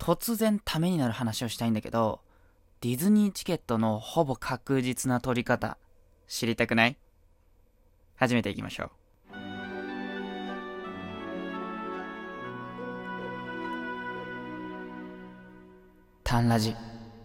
突然ためになる話をしたいんだけど、ディズニーチケットのほぼ確実な取り方、知りたくない？始めていきましょう。タンラジ。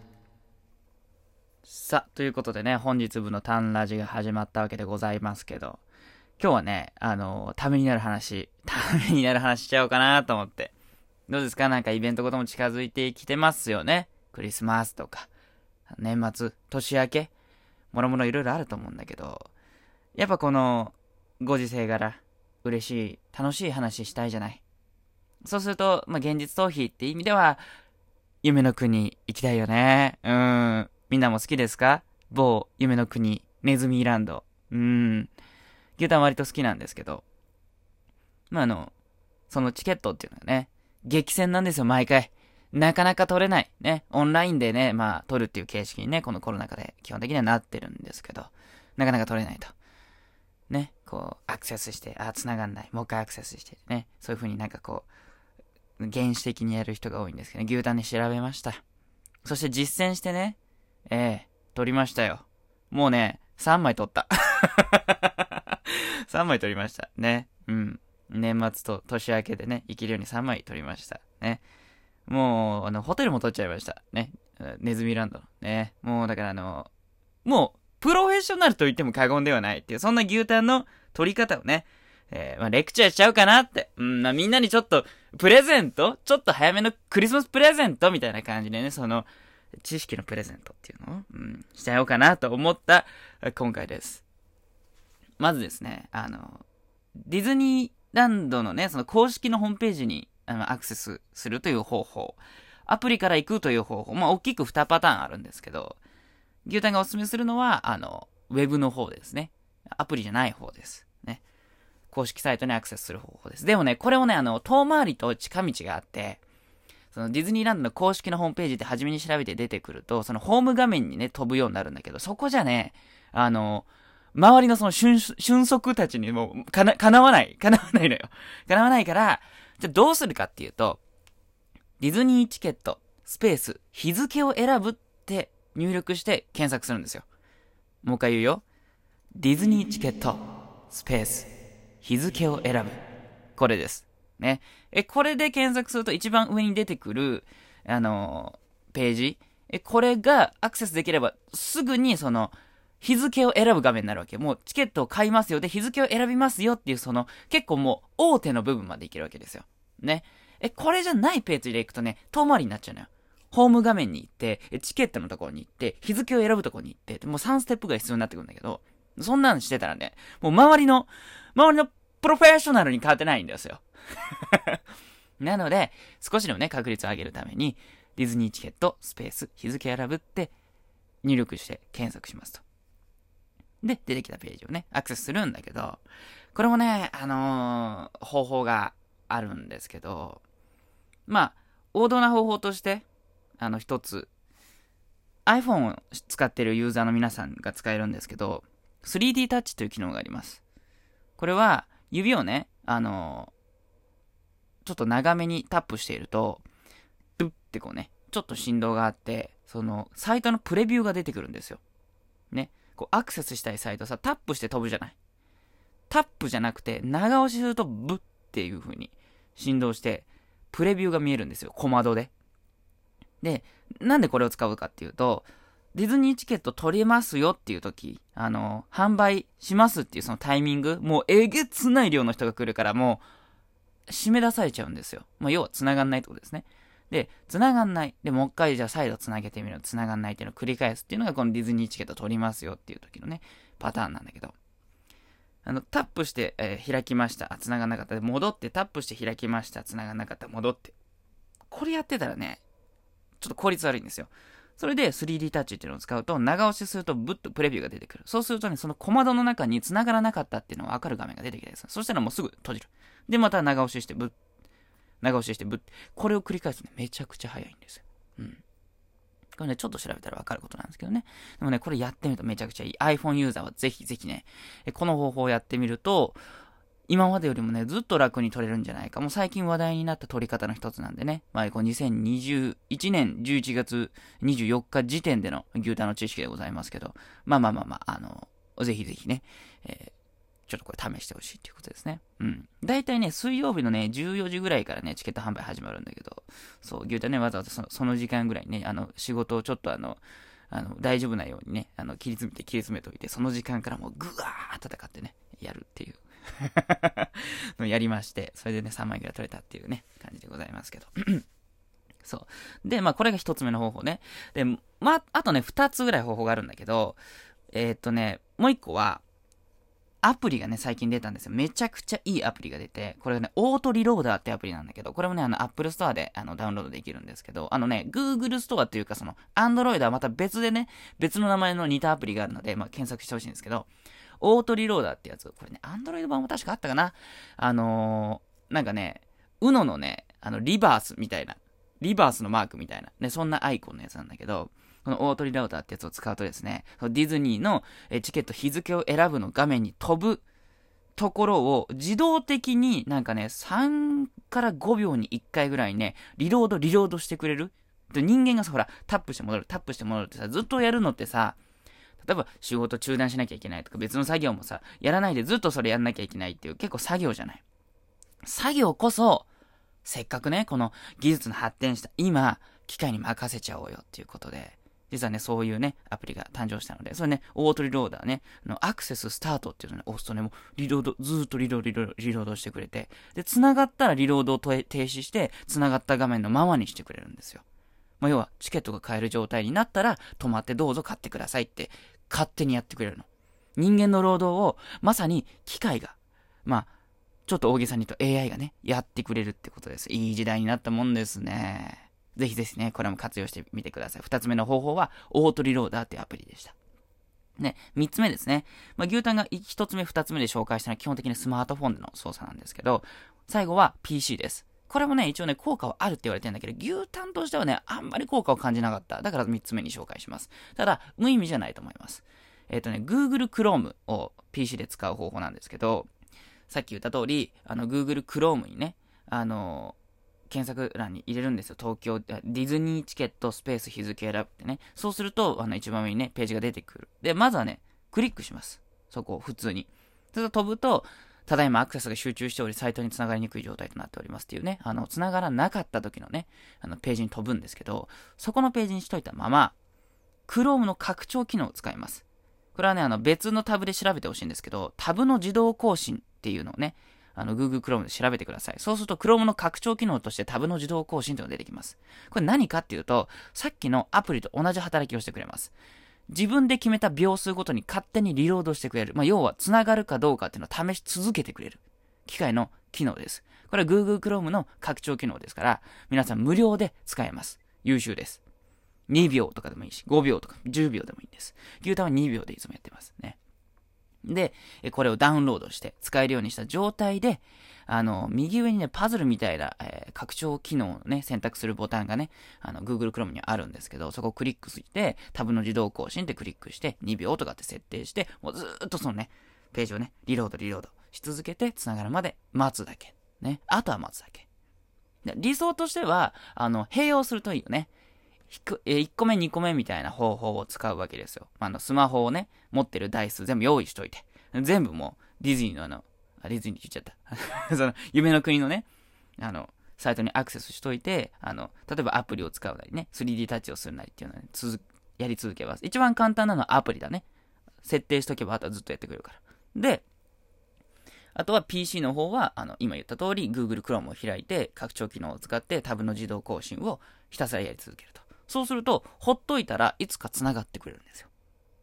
さあ、ということでね、本日分のタンラジが始まったわけでございますけど、今日はね、ためになる話しちゃおうかなと思って。どうですか？なんかイベントごとも近づいてきてますよね。クリスマスとか、年末、年明け、もろもろいろいろあると思うんだけど、やっぱこのご時世柄、嬉しい、楽しい話したいじゃない。そうすると、現実逃避って意味では、夢の国行きたいよね。みんなも好きですか？某夢の国、ネズミーランド。牛タン割と好きなんですけど、そのチケットっていうのがね、激戦なんですよ、毎回。なかなか取れない。ね。オンラインでね、取るっていう形式にね、このコロナ禍で基本的にはなってるんですけど、なかなか取れないと。ね。アクセスして、繋がんない。もう一回アクセスしてね。そういう風に原始的にやる人が多いんですけどね、牛タンで調べました。そして実践してね、取りましたよ。もうね、3枚取った。3枚取りました。ね。年末と年明けでね、生きるように3枚取りました。ね。もう、ホテルも取っちゃいました。ね。ネズミランド。ね。もう、だからもう、プロフェッショナルと言っても過言ではないっていう、そんな牛タンの取り方をね、レクチャーしちゃうかなって。みんなにちょっと、プレゼントちょっと早めのクリスマスプレゼントみたいな感じでね、その、知識のプレゼントっていうのを、しちゃおうかなと思った、今回です。まずですね、ディズニーランドのね、その公式のホームページに、アクセスするという方法。アプリから行くという方法。大きく2パターンあるんですけど、牛タンがおすすめするのは、ウェブの方ですね。アプリじゃない方です。ね。公式サイトにアクセスする方法です。でもね、これもね、遠回りと近道があって、そのディズニーランドの公式のホームページって初めに調べて出てくると、そのホーム画面にね、飛ぶようになるんだけど、そこじゃね、周りのその俊足たちにもかなわないのよ。かなわないから、じゃあどうするかっていうと、ディズニーチケット、スペース、日付を選ぶって入力して検索するんですよ。もう一回言うよ。ディズニーチケット、スペース、日付を選ぶ。これです。ね。これで検索すると一番上に出てくる、ページ。これがアクセスできればすぐにその、日付を選ぶ画面になるわけ。もうチケットを買いますよ。で、日付を選びますよっていう結構もう大手の部分までいけるわけですよ。ね。これじゃないページで行くとね、遠回りになっちゃうのよ。ホーム画面に行って、チケットのところに行って、日付を選ぶところに行って、もう3ステップが必要になってくるんだけど、そんなんしてたらね、もう周りのプロフェッショナルに勝てないんですよ。なので、少しでもね、確率を上げるために、ディズニーチケット、スペース、日付選ぶって入力して検索しますと。で、出てきたページをね、アクセスするんだけど、これもね、方法があるんですけど、王道な方法として、一つ、iPhone を使っているユーザーの皆さんが使えるんですけど、3D タッチという機能があります。これは、指をね、ちょっと長めにタップしていると、ドゥってちょっと振動があって、サイトのプレビューが出てくるんですよ。ね。アクセスしたいサイトさ、タップして飛ぶじゃない。タップじゃなくて、長押しすると、ブッっていう風に振動して、プレビューが見えるんですよ。小窓で。で、なんでこれを使うかっていうと、ディズニーチケット取れますよっていう時、販売しますっていうそのタイミング、もうえげつない量の人が来るから、もう、締め出されちゃうんですよ。要は繋がんないってことですね。で、繋がんない。で、もう一回じゃあ再度繋げてみる。繋がんないっていうのを繰り返すっていうのがこのディズニーチケット取りますよっていう時のね、パターンなんだけど。タップして、開きました。繋がんなかった。で、戻ってタップして開きました。繋がんなかった。戻って。これやってたらね、ちょっと効率悪いんですよ。それで 3D タッチっていうのを使うと、長押しするとブッとプレビューが出てくる。そうするとね、その小窓の中に繋がらなかったっていうのが分かる画面が出てきてです。そしたらもうすぐ閉じる。で、また長押ししてブッ。長押ししてブッ。これを繰り返すとね、めちゃくちゃ早いんですよ。これね、ちょっと調べたら分かることなんですけどね。でもね、これやってみるとめちゃくちゃいい。iPhone ユーザーはぜひぜひね、この方法をやってみると、 今までよりもね、ずっと楽に取れるんじゃないか。もう最近話題になった取り方の一つなんでね。こう2021年11月24日時点での牛タンの知識でございますけど、ぜひぜひね、ちょっとこれ試してほしいっていうことですね。だいたいね、水曜日のね、14時ぐらいからね、チケット販売始まるんだけど、そう、牛タンね、わざわざその時間ぐらいね、仕事をちょっと大丈夫なようにね、切り詰めといて、その時間からもうぐわー戦ってね、やるっていうのをやりまして、それでね、3枚ぐらい取れたっていうね、感じでございますけど。そう。で、これが一つ目の方法ね。で、あとね、二つぐらい方法があるんだけど、もう一個は、アプリがね、最近出たんですよ。めちゃくちゃいいアプリが出て、これがね、オートリローダーってアプリなんだけど、これもね、Apple Store でダウンロードできるんですけど、Google Store っていうか、Android はまた別でね、別の名前の似たアプリがあるので、検索してほしいんですけど、オートリローダーってやつ、これね、Android 版も確かあったかな。なんかね、UNO のね、リバースみたいな、リバースのマークみたいな、ね、そんなアイコンのやつなんだけど、このオートリローダーってやつを使うとですね、ディズニーのチケット日付を選ぶの画面に飛ぶところを自動的になんかね、3から5秒に1回ぐらいね、リロードしてくれる。で人間がさ、ほら、タップして戻るってさ、ずっとやるのってさ、例えば仕事中断しなきゃいけないとか別の作業もさ、やらないでずっとそれやんなきゃいけないっていう結構作業じゃない。作業こそ、せっかくね、この技術の発展した今、機械に任せちゃおうよっていうことで、実はね、そういうね、アプリが誕生したので、それね、オートリローダーね、アクセススタートっていうのをね、押すとね、もうずーっとリロードしてくれて、で、繋がったらリロードを停止して、繋がった画面のままにしてくれるんですよ。要は、チケットが買える状態になったら、止まってどうぞ買ってくださいって、勝手にやってくれるの。人間の労働を、まさに機械が、ちょっと大げさに言うと AI がね、やってくれるってことです。いい時代になったもんですね。ぜひぜひね、これも活用してみてください。二つ目の方法は、オートリローダーっていうアプリでした。ね、三つ目ですね。牛タンが一つ目、二つ目で紹介したのは基本的にスマートフォンでの操作なんですけど、最後は PC です。これもね、一応ね、効果はあるって言われてるんだけど、牛タンとしてはね、あんまり効果を感じなかった。だから三つ目に紹介します。ただ、無意味じゃないと思います。Google Chrome を PC で使う方法なんですけど、さっき言った通り、Google Chrome にね、検索欄に入れるんですよ。ディズニーチケットスペース日付選ぶってね。そうすると、一番上にね、ページが出てくる。で、まずはね、クリックします。そこを普通に。それと飛ぶと、ただいまアクセスが集中しており、サイトに繋がりにくい状態となっておりますっていうね、繋がらなかった時のね、ページに飛ぶんですけど、そこのページにしといたまま、Chrome の拡張機能を使います。これはね、別のタブで調べてほしいんですけど、タブの自動更新っていうのをね、Google Chrome で調べてください。そうすると Chrome の拡張機能としてタブの自動更新というのが出てきます。これ何かっていうと、さっきのアプリと同じ働きをしてくれます。自分で決めた秒数ごとに勝手にリロードしてくれる。要は、繋がるかどうかっていうのを試し続けてくれる。機械の機能です。これは Google Chrome の拡張機能ですから、皆さん無料で使えます。優秀です。2秒とかでもいいし、5秒とか10秒でもいいんです。牛タンは2秒でいつもやってますね。で、これをダウンロードして使えるようにした状態で、右上にね、パズルみたいな、拡張機能をね、選択するボタンがね、Google Chrome にあるんですけど、そこをクリックして、タブの自動更新ってクリックして、2秒とかって設定して、もうずーっとそのね、ページをね、リロードし続けて、繋がるまで待つだけ。ね。あとは待つだけ。で理想としては、併用するといいよね。1個目2個目みたいな方法を使うわけですよ。スマホをね、持ってる台数全部用意しといて。全部もう、ディズニーのディズニーって言っちゃった。その、夢の国のね、サイトにアクセスしといて、例えばアプリを使うなりね、3D タッチをするなりっていうのをね、やり続けます。一番簡単なのはアプリだね。設定しとけばあとはずっとやってくれるから。で、あとは PC の方は、今言った通り Google Chrome を開いて、拡張機能を使ってタブの自動更新をひたすらやり続けると。そうすると、ほっといたらいつか繋がってくれるんですよ。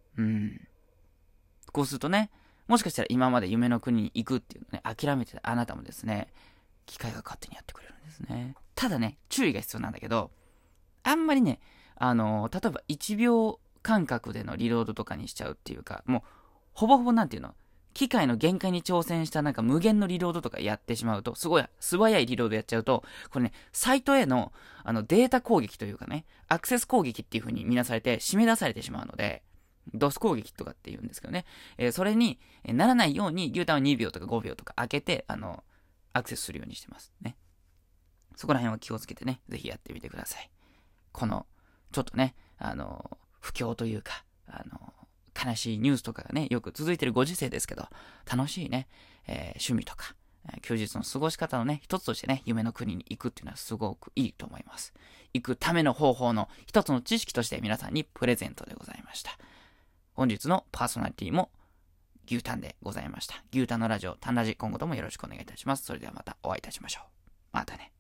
こうするとね、もしかしたら今まで夢の国に行くっていうのね、諦めてたあなたもですね、機械が勝手にやってくれるんですね。ただね、注意が必要なんだけど、あんまりね、例えば1秒間隔でのリロードとかにしちゃうっていうか、もう、ほぼほぼなんていうの、機械の限界に挑戦したなんか無限のリロードとかやってしまうと、すごい素早いリロードやっちゃうと、これね、サイトへのデータ攻撃というかね、アクセス攻撃っていう風に見なされて締め出されてしまうので、 ドス攻撃とかって言うんですけどね。それにならないように牛タンを2秒とか5秒とか開けて、アクセスするようにしてますね。そこら辺は気をつけてね、ぜひやってみてください。この、ちょっとね、不況というか、悲しいニュースとかがね、よく続いてるご時世ですけど、楽しいね、趣味とか、休日の過ごし方のね、一つとしてね、夢の国に行くっていうのはすごくいいと思います。行くための方法の一つの知識として皆さんにプレゼントでございました。本日のパーソナリティも牛タンでございました。牛タンのラジオ、タンラジ、今後ともよろしくお願いいたします。それではまたお会いいたしましょう。またね。